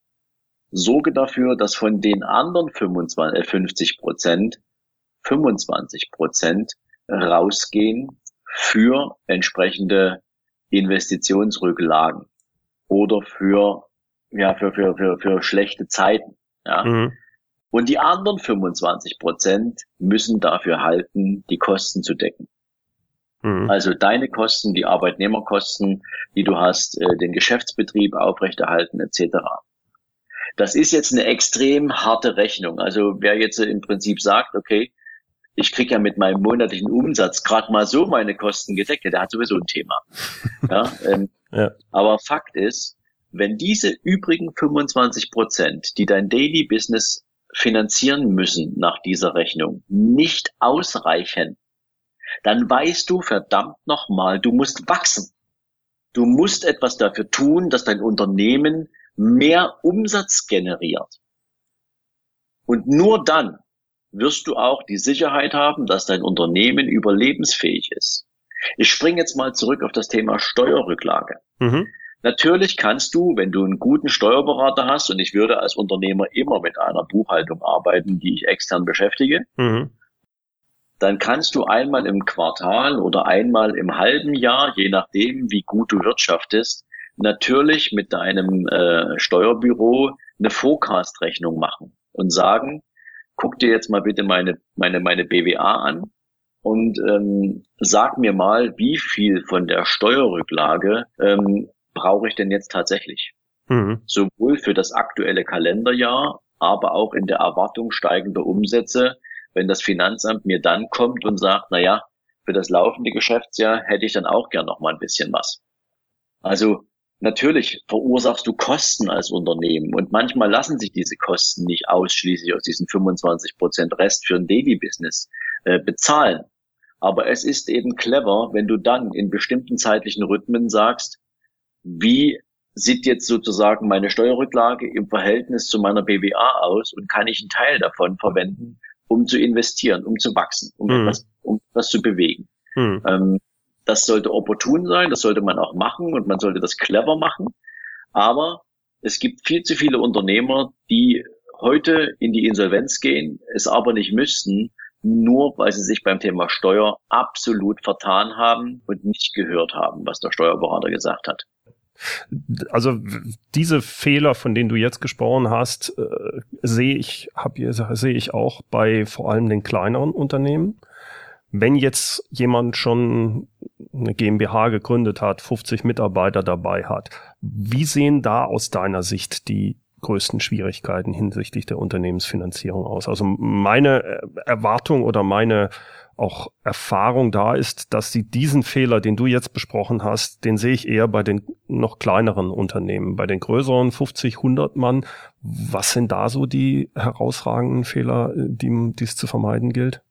Sorge dafür, dass von den anderen fünfundzwanzig, äh, fünfzig Prozent fünfundzwanzig Prozent rausgehen für entsprechende Investitionsrücklagen oder für, ja, für, für, für, für schlechte Zeiten, ja. Mhm. Und die anderen fünfundzwanzig Prozent müssen dafür halten, die Kosten zu decken. Mhm. Also deine Kosten, die Arbeitnehmerkosten, die du hast, äh, den Geschäftsbetrieb aufrechterhalten, et cetera. Das ist jetzt eine extrem harte Rechnung. Also wer jetzt im Prinzip sagt, okay, ich kriege ja mit meinem monatlichen Umsatz gerade mal so meine Kosten gedeckt, der hat sowieso ein Thema. Ja, ähm, ja. Aber Fakt ist, wenn diese übrigen fünfundzwanzig Prozent, die dein Daily Business finanzieren müssen nach dieser Rechnung, nicht ausreichen, dann weißt du verdammt nochmal, du musst wachsen. Du musst etwas dafür tun, dass dein Unternehmen mehr Umsatz generiert. Und nur dann wirst du auch die Sicherheit haben, dass dein Unternehmen überlebensfähig ist. Ich springe jetzt mal zurück auf das Thema Steuerrücklage. Mhm. Natürlich kannst du, wenn du einen guten Steuerberater hast, und ich würde als Unternehmer immer mit einer Buchhaltung arbeiten, die ich extern beschäftige, mhm. dann kannst du einmal im Quartal oder einmal im halben Jahr, je nachdem, wie gut du wirtschaftest, natürlich mit deinem äh, Steuerbüro eine Forecast-Rechnung machen und sagen, guck dir jetzt mal bitte meine meine meine B W A an und ähm, sag mir mal, wie viel von der Steuerrücklage ähm, brauche ich denn jetzt tatsächlich? Mhm. Sowohl für das aktuelle Kalenderjahr, aber auch in der Erwartung steigender Umsätze, wenn das Finanzamt mir dann kommt und sagt, na ja, für das laufende Geschäftsjahr hätte ich dann auch gern noch mal ein bisschen was. Also natürlich verursachst du Kosten als Unternehmen und manchmal lassen sich diese Kosten nicht ausschließlich aus diesen fünfundzwanzig Prozent Rest für ein Daily-Business äh, bezahlen. Aber es ist eben clever, wenn du dann in bestimmten zeitlichen Rhythmen sagst, wie sieht jetzt sozusagen meine Steuerrücklage im Verhältnis zu meiner B W A aus und kann ich einen Teil davon verwenden, um zu investieren, um zu wachsen, um mhm. etwas, um etwas zu bewegen. Mhm. Ähm, das sollte opportun sein, das sollte man auch machen und man sollte das clever machen. Aber es gibt viel zu viele Unternehmer, die heute in die Insolvenz gehen, es aber nicht müssten, nur weil sie sich beim Thema Steuer absolut vertan haben und nicht gehört haben, was der Steuerberater gesagt hat. Also diese Fehler, von denen du jetzt gesprochen hast, äh, sehe ich, hab hier, sehe ich auch bei vor allem den kleineren Unternehmen. Wenn jetzt jemand schon eine GmbH gegründet hat, fünfzig Mitarbeiter dabei hat, wie sehen da aus deiner Sicht die größten Schwierigkeiten hinsichtlich der Unternehmensfinanzierung aus? Also meine Erwartung oder meine auch Erfahrung da ist, dass sie diesen Fehler, den du jetzt besprochen hast, den sehe ich eher bei den noch kleineren Unternehmen. Bei den größeren fünfzig, hundert Mann, was sind da so die herausragenden Fehler, die, die es zu vermeiden gilt?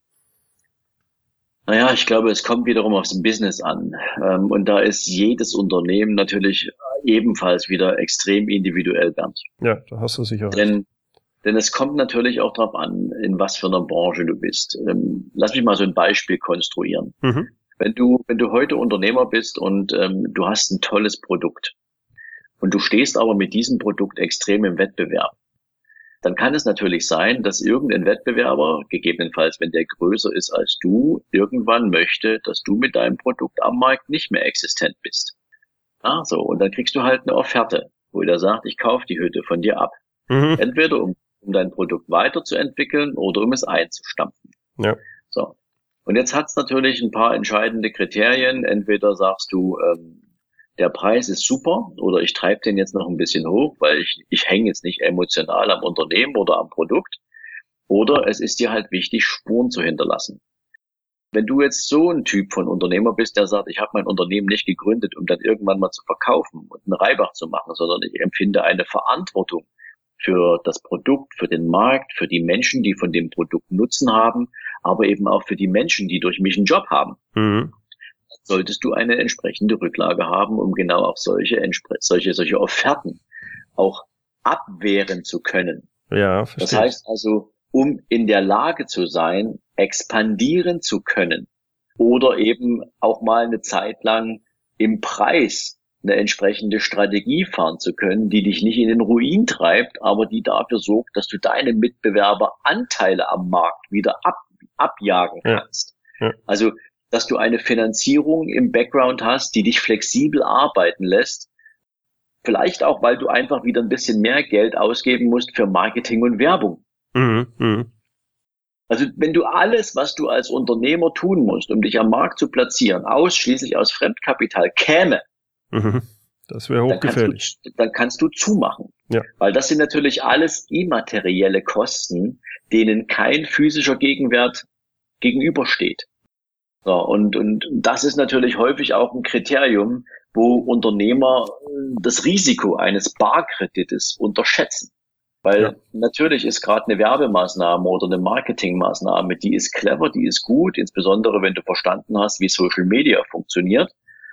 Naja, ich glaube, es kommt wiederum aufs Business an. Und da ist jedes Unternehmen natürlich ebenfalls wieder extrem individuell, Bernd. Ja, da hast du sicher recht. Denn Denn es kommt natürlich auch darauf an, in was für einer Branche du bist. Ähm, lass mich mal so ein Beispiel konstruieren. Mhm. Wenn du, wenn du heute Unternehmer bist und ähm, du hast ein tolles Produkt und du stehst aber mit diesem Produkt extrem im Wettbewerb, dann kann es natürlich sein, dass irgendein Wettbewerber, gegebenenfalls wenn der größer ist als du, irgendwann möchte, dass du mit deinem Produkt am Markt nicht mehr existent bist. Ah, so, und dann kriegst du halt eine Offerte, wo der sagt, ich kaufe die Hütte von dir ab. Mhm. Entweder um um dein Produkt weiterzuentwickeln oder um es einzustampfen. Ja. So. Und jetzt hat es natürlich ein paar entscheidende Kriterien. Entweder sagst du, ähm, der Preis ist super oder ich treibe den jetzt noch ein bisschen hoch, weil ich, ich hänge jetzt nicht emotional am Unternehmen oder am Produkt. Oder es ist dir halt wichtig, Spuren zu hinterlassen. Wenn du jetzt so ein Typ von Unternehmer bist, der sagt, ich habe mein Unternehmen nicht gegründet, um dann irgendwann mal zu verkaufen und einen Reibach zu machen, sondern ich empfinde eine Verantwortung für das Produkt, für den Markt, für die Menschen, die von dem Produkt Nutzen haben, aber eben auch für die Menschen, die durch mich einen Job haben. Mhm. Solltest du eine entsprechende Rücklage haben, um genau auch solche, solche, solche Offerten auch abwehren zu können. Ja, verstehe. Das heißt also, um in der Lage zu sein, expandieren zu können oder eben auch mal eine Zeit lang im Preis eine entsprechende Strategie fahren zu können, die dich nicht in den Ruin treibt, aber die dafür sorgt, dass du deine Mitbewerber Anteile am Markt wieder ab, abjagen kannst. Ja. Ja. Also, dass du eine Finanzierung im Background hast, die dich flexibel arbeiten lässt. Vielleicht auch, weil du einfach wieder ein bisschen mehr Geld ausgeben musst für Marketing und Werbung. Mhm. Mhm. Also, wenn du alles, was du als Unternehmer tun musst, um dich am Markt zu platzieren, ausschließlich aus Fremdkapital käme, Mhm. Das wäre hochgefährlich. Dann, dann kannst du zumachen. Ja. Weil das sind natürlich alles immaterielle Kosten, denen kein physischer Gegenwert gegenübersteht. So, und, und das ist natürlich häufig auch ein Kriterium, wo Unternehmer das Risiko eines Barkredites unterschätzen. Weil ja. natürlich ist gerade eine Werbemaßnahme oder eine Marketingmaßnahme, die ist clever, die ist gut, insbesondere wenn du verstanden hast, wie Social Media funktioniert.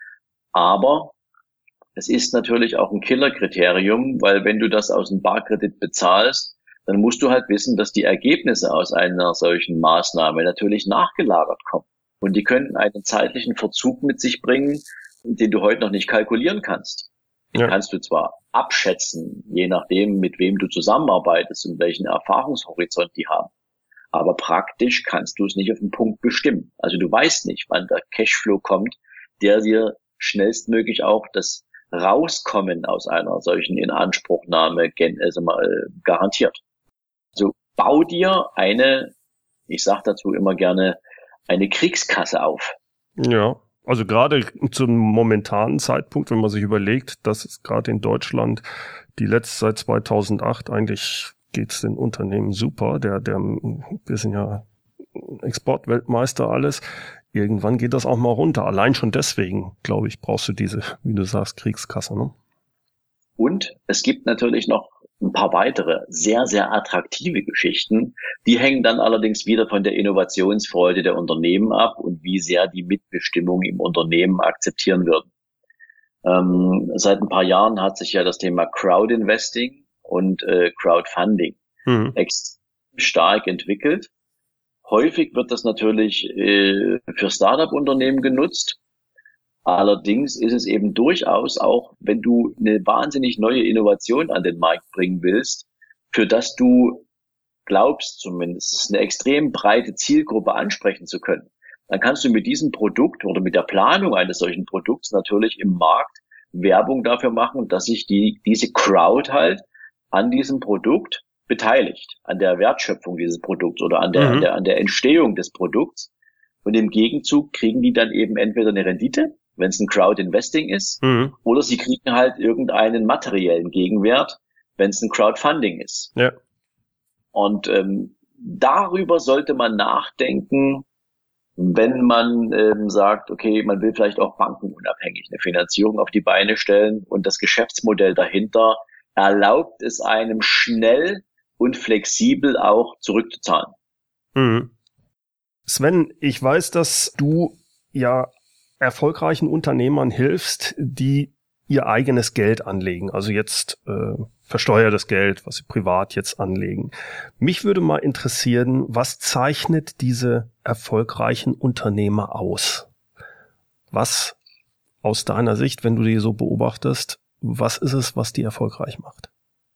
Aber es ist natürlich auch ein Killerkriterium, weil wenn du das aus dem Barkredit bezahlst, dann musst du halt wissen, dass die Ergebnisse aus einer solchen Maßnahme natürlich nachgelagert kommen. Und die können einen zeitlichen Verzug mit sich bringen, den du heute noch nicht kalkulieren kannst. Den ja. kannst du zwar abschätzen, je nachdem, mit wem du zusammenarbeitest und welchen Erfahrungshorizont die haben. Aber praktisch kannst du es nicht auf den Punkt bestimmen. Also du weißt nicht, wann der Cashflow kommt, der dir schnellstmöglich auch das Rauskommen aus einer solchen Inanspruchnahme also mal garantiert. Also bau dir eine, ich sage dazu immer gerne, eine Kriegskasse auf. Ja, also gerade zum momentanen Zeitpunkt, wenn man sich überlegt, dass es gerade in Deutschland die letzte seit zweitausendacht eigentlich geht's den Unternehmen super. Der, der, wir sind ja Exportweltmeister alles. Irgendwann geht das auch mal runter. Allein schon deswegen, glaube ich, brauchst du diese, wie du sagst, Kriegskasse, ne? Und es gibt natürlich noch ein paar weitere sehr, sehr attraktive Geschichten. Die hängen dann allerdings wieder von der Innovationsfreude der Unternehmen ab und wie sehr die Mitbestimmung im Unternehmen akzeptieren würden. Ähm, seit ein paar Jahren hat sich ja das Thema Crowdinvesting und äh, Crowdfunding mhm. extrem stark entwickelt. Häufig wird das natürlich äh, für Startup-Unternehmen genutzt. Allerdings ist es eben durchaus auch, wenn du eine wahnsinnig neue Innovation an den Markt bringen willst, für das du glaubst zumindest, eine extrem breite Zielgruppe ansprechen zu können, dann kannst du mit diesem Produkt oder mit der Planung eines solchen Produkts natürlich im Markt Werbung dafür machen, dass sich die diese Crowd halt an diesem Produkt beteiligt, an der Wertschöpfung dieses Produkts oder an der, mhm. an der, an der Entstehung des Produkts. Und im Gegenzug kriegen die dann eben entweder eine Rendite, wenn es ein Crowd-Investing ist, mhm. oder sie kriegen halt irgendeinen materiellen Gegenwert, wenn es ein Crowdfunding ist. Ja. Und ähm, darüber sollte man nachdenken, wenn man ähm, sagt, okay, man will vielleicht auch bankenunabhängig eine Finanzierung auf die Beine stellen und das Geschäftsmodell dahinter erlaubt es einem schnell und flexibel auch zurückzuzahlen. Mhm. Sven, ich weiß, dass du ja erfolgreichen Unternehmern hilfst, die ihr eigenes Geld anlegen, also jetzt äh, versteuertes Geld, was sie privat jetzt anlegen. Mich würde mal interessieren, was zeichnet diese erfolgreichen Unternehmer aus? Was aus deiner Sicht, wenn du die so beobachtest, was ist es, was die erfolgreich macht?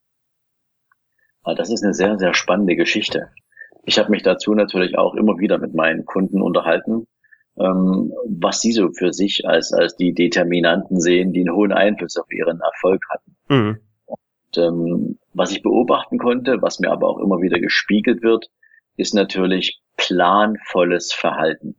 Das ist eine sehr, sehr spannende Geschichte. Ich habe mich dazu natürlich auch immer wieder mit meinen Kunden unterhalten, ähm, was sie so für sich als als die Determinanten sehen, die einen hohen Einfluss auf ihren Erfolg hatten. Mhm. Und ähm, was ich beobachten konnte, was mir aber auch immer wieder gespiegelt wird, ist natürlich planvolles Verhalten.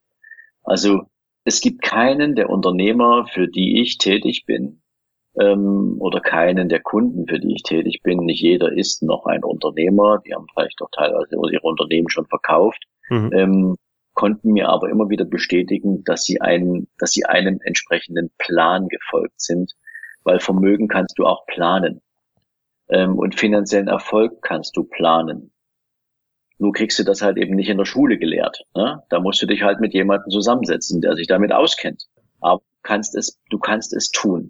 Also es gibt keinen der Unternehmer, für die ich tätig bin, ähm, oder keinen der Kunden, für die ich tätig bin. Nicht jeder ist noch ein Unternehmer, die haben vielleicht auch teilweise ihre Unternehmen schon verkauft, mhm. ähm, konnten mir aber immer wieder bestätigen, dass sie einen, dass sie einem entsprechenden Plan gefolgt sind, weil Vermögen kannst du auch planen, ähm, und finanziellen Erfolg kannst du planen. Nur kriegst du das halt eben nicht in der Schule gelehrt, ne? Da musst du dich halt mit jemandem zusammensetzen, der sich damit auskennt. Aber du kannst es, du kannst es tun.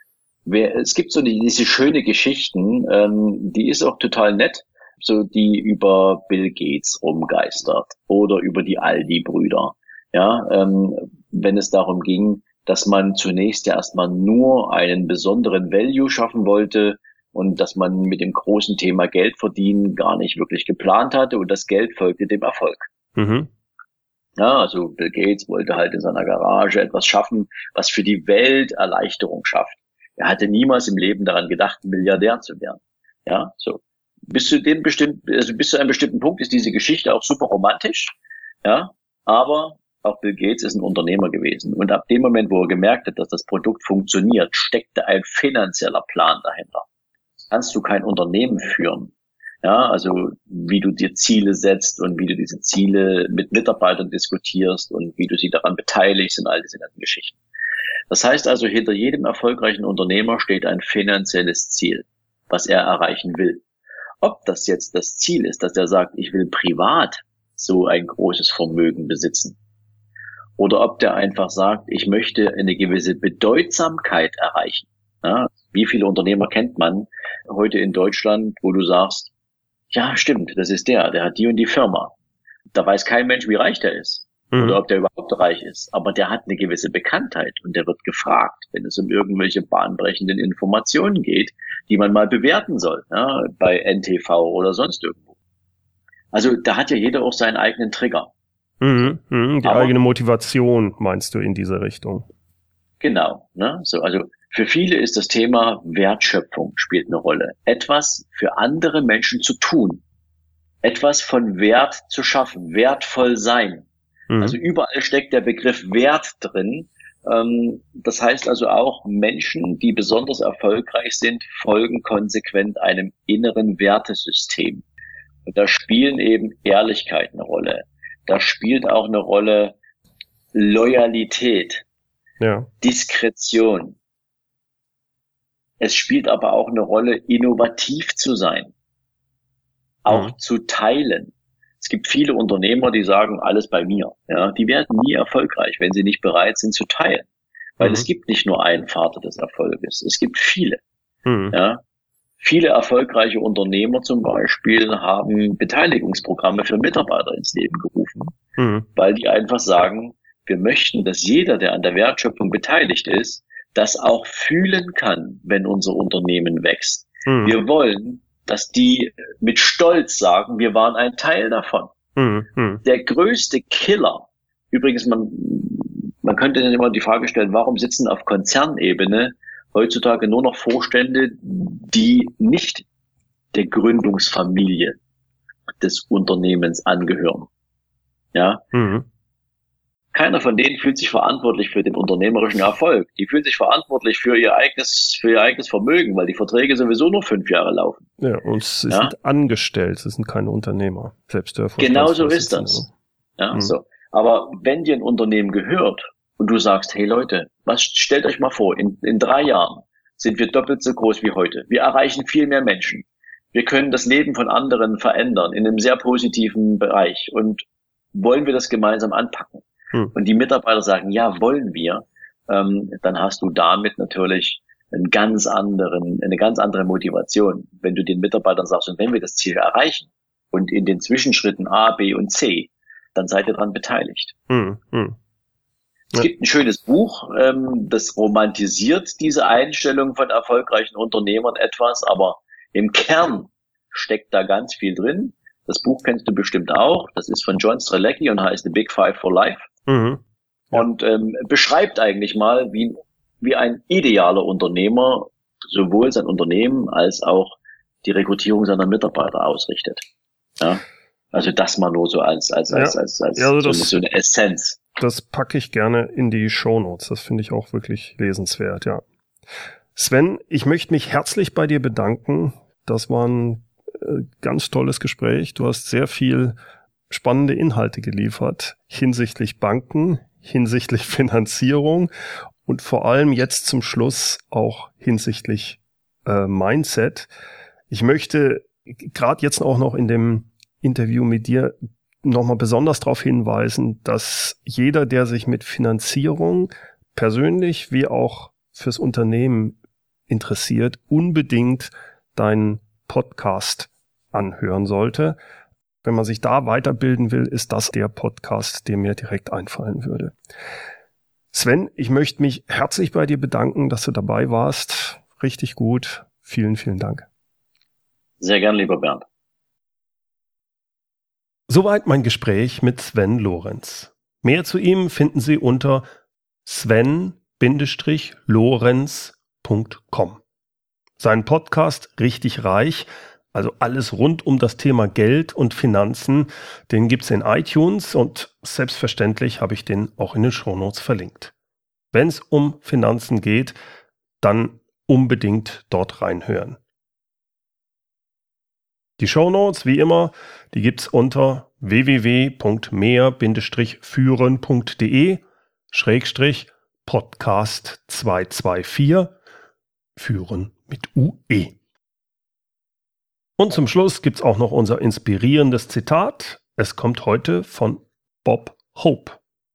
Es gibt so diese schöne Geschichten, ähm, die ist auch total nett, so die über Bill Gates rumgeistert oder über die Aldi-Brüder. Ja, ähm, wenn es darum ging, dass man zunächst ja erstmal nur einen besonderen Value schaffen wollte und dass man mit dem großen Thema Geld verdienen gar nicht wirklich geplant hatte und das Geld folgte dem Erfolg. Mhm. Ja, also Bill Gates wollte halt in seiner Garage etwas schaffen, was für die Welt Erleichterung schafft. Er hatte niemals im Leben daran gedacht, Milliardär zu werden. Ja, so. Bis zu dem bestimmten, also bis zu einem bestimmten Punkt ist diese Geschichte auch super romantisch. Ja, aber auch Bill Gates ist ein Unternehmer gewesen. Und ab dem Moment, wo er gemerkt hat, dass das Produkt funktioniert, steckte ein finanzieller Plan dahinter. Kannst du kein Unternehmen führen. Ja, also wie du dir Ziele setzt und wie du diese Ziele mit Mitarbeitern diskutierst und wie du sie daran beteiligst und all diese ganzen Geschichten. Das heißt also, hinter jedem erfolgreichen Unternehmer steht ein finanzielles Ziel, was er erreichen will. Ob das jetzt das Ziel ist, dass er sagt, ich will privat so ein großes Vermögen besitzen, oder ob der einfach sagt, ich möchte eine gewisse Bedeutsamkeit erreichen. Ja, wie viele Unternehmer kennt man heute in Deutschland, wo du sagst, ja, stimmt, das ist der, der hat die und die Firma. Da weiß kein Mensch, wie reich der ist. mhm. oder ob der überhaupt reich ist. Aber der hat eine gewisse Bekanntheit und der wird gefragt, wenn es um irgendwelche bahnbrechenden Informationen geht, die man mal bewerten soll, ja, bei N T V oder sonst irgendwo. Also da hat ja jeder auch seinen eigenen Trigger. Mhm, mh, die Aber, eigene Motivation meinst du in diese Richtung? Genau. Ne? So, also für viele ist das Thema Wertschöpfung spielt eine Rolle. Etwas für andere Menschen zu tun. Etwas von Wert zu schaffen. Wertvoll sein. Mhm. Also überall steckt der Begriff Wert drin. Ähm, das heißt also auch, Menschen, die besonders erfolgreich sind, folgen konsequent einem inneren Wertesystem. Und da spielen eben Ehrlichkeit eine Rolle. Da spielt auch eine Rolle Loyalität, ja. Diskretion. Es spielt aber auch eine Rolle, innovativ zu sein, auch mhm. zu teilen. Es gibt viele Unternehmer, die sagen, alles bei mir. Ja, die werden nie erfolgreich, wenn sie nicht bereit sind zu teilen. Weil mhm. es gibt nicht nur einen Vater des Erfolges, es gibt viele. Mhm. Ja. Viele erfolgreiche Unternehmer zum Beispiel haben Beteiligungsprogramme für Mitarbeiter ins Leben gerufen, mhm. weil die einfach sagen, wir möchten, dass jeder, der an der Wertschöpfung beteiligt ist, das auch fühlen kann, wenn unser Unternehmen wächst. Mhm. Wir wollen, dass die mit Stolz sagen, wir waren ein Teil davon. Mhm. Der größte Killer, übrigens, man, man könnte dann immer die Frage stellen, warum sitzen auf Konzernebene heutzutage nur noch Vorstände, die nicht der Gründungsfamilie des Unternehmens angehören. Ja. Mhm. Keiner von denen fühlt sich verantwortlich für den unternehmerischen Erfolg. Die fühlen sich verantwortlich für ihr eigenes, für ihr eigenes Vermögen, weil die Verträge sowieso nur fünf Jahre laufen. Ja, und sie ja? sind angestellt, sie sind keine Unternehmer. Selbst der Genau so ist das. Ja, mhm. so. Aber wenn dir ein Unternehmen gehört und du sagst, hey Leute, was stellt euch mal vor, in, in drei Jahren sind wir doppelt so groß wie heute. Wir erreichen viel mehr Menschen. Wir können das Leben von anderen verändern in einem sehr positiven Bereich. Und wollen wir das gemeinsam anpacken? Hm. Und die Mitarbeiter sagen, ja, wollen wir, ähm, dann hast du damit natürlich einen ganz anderen, eine ganz andere Motivation. Wenn du den Mitarbeitern sagst, und wenn wir das Ziel erreichen und in den Zwischenschritten A, B und C, dann seid ihr daran beteiligt. Hm. Hm. Es ja. gibt ein schönes Buch, ähm, das romantisiert diese Einstellung von erfolgreichen Unternehmern etwas, aber im Kern steckt da ganz viel drin. Das Buch kennst du bestimmt auch. Das ist von John Strelecki und heißt The Big Five for Life. Mhm. Ja. Und ähm, beschreibt eigentlich mal, wie, wie ein idealer Unternehmer sowohl sein Unternehmen als auch die Rekrutierung seiner Mitarbeiter ausrichtet. Ja. Also das mal nur so als als als ja. als, als ja, also so, das, so eine Essenz. Das packe ich gerne in die Shownotes. Das finde ich auch wirklich lesenswert, ja. Sven, ich möchte mich herzlich bei dir bedanken. Das war ein äh, ganz tolles Gespräch. Du hast sehr viel spannende Inhalte geliefert hinsichtlich Banken, hinsichtlich Finanzierung und vor allem jetzt zum Schluss auch hinsichtlich äh, Mindset. Ich möchte gerade jetzt auch noch in dem Interview mit dir nochmal besonders darauf hinweisen, dass jeder, der sich mit Finanzierung persönlich wie auch fürs Unternehmen interessiert, unbedingt deinen Podcast anhören sollte. Wenn man sich da weiterbilden will, ist das der Podcast, der mir direkt einfallen würde. Sven, ich möchte mich herzlich bei dir bedanken, dass du dabei warst. Richtig gut. Vielen, vielen Dank. Sehr gern, lieber Bernd. Soweit mein Gespräch mit Sven Lorenz. Mehr zu ihm finden Sie unter sven lorenz punkt com. Sein Podcast Richtig Reich, also alles rund um das Thema Geld und Finanzen, den gibt's in iTunes und selbstverständlich habe ich den auch in den Shownotes verlinkt. Wenn es um Finanzen geht, dann unbedingt dort reinhören. Die Shownotes, wie immer, die gibt's unter w w w punkt mehr führen punkt de Schrägstrich Podcast zwei zwei vier Führen mit U E. Und zum Schluss gibt's auch noch unser inspirierendes Zitat. Es kommt heute von Bob Hope.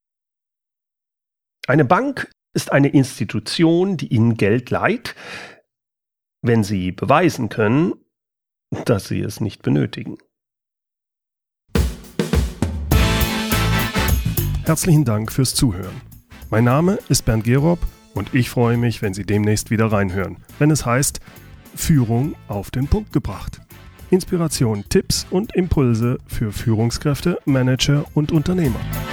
Eine Bank ist eine Institution, die Ihnen Geld leiht, wenn Sie beweisen können, dass Sie es nicht benötigen. Herzlichen Dank fürs Zuhören. Mein Name ist Bernd Gerob und ich freue mich, wenn Sie demnächst wieder reinhören, wenn es heißt Führung auf den Punkt gebracht. Inspiration, Tipps und Impulse für Führungskräfte, Manager und Unternehmer.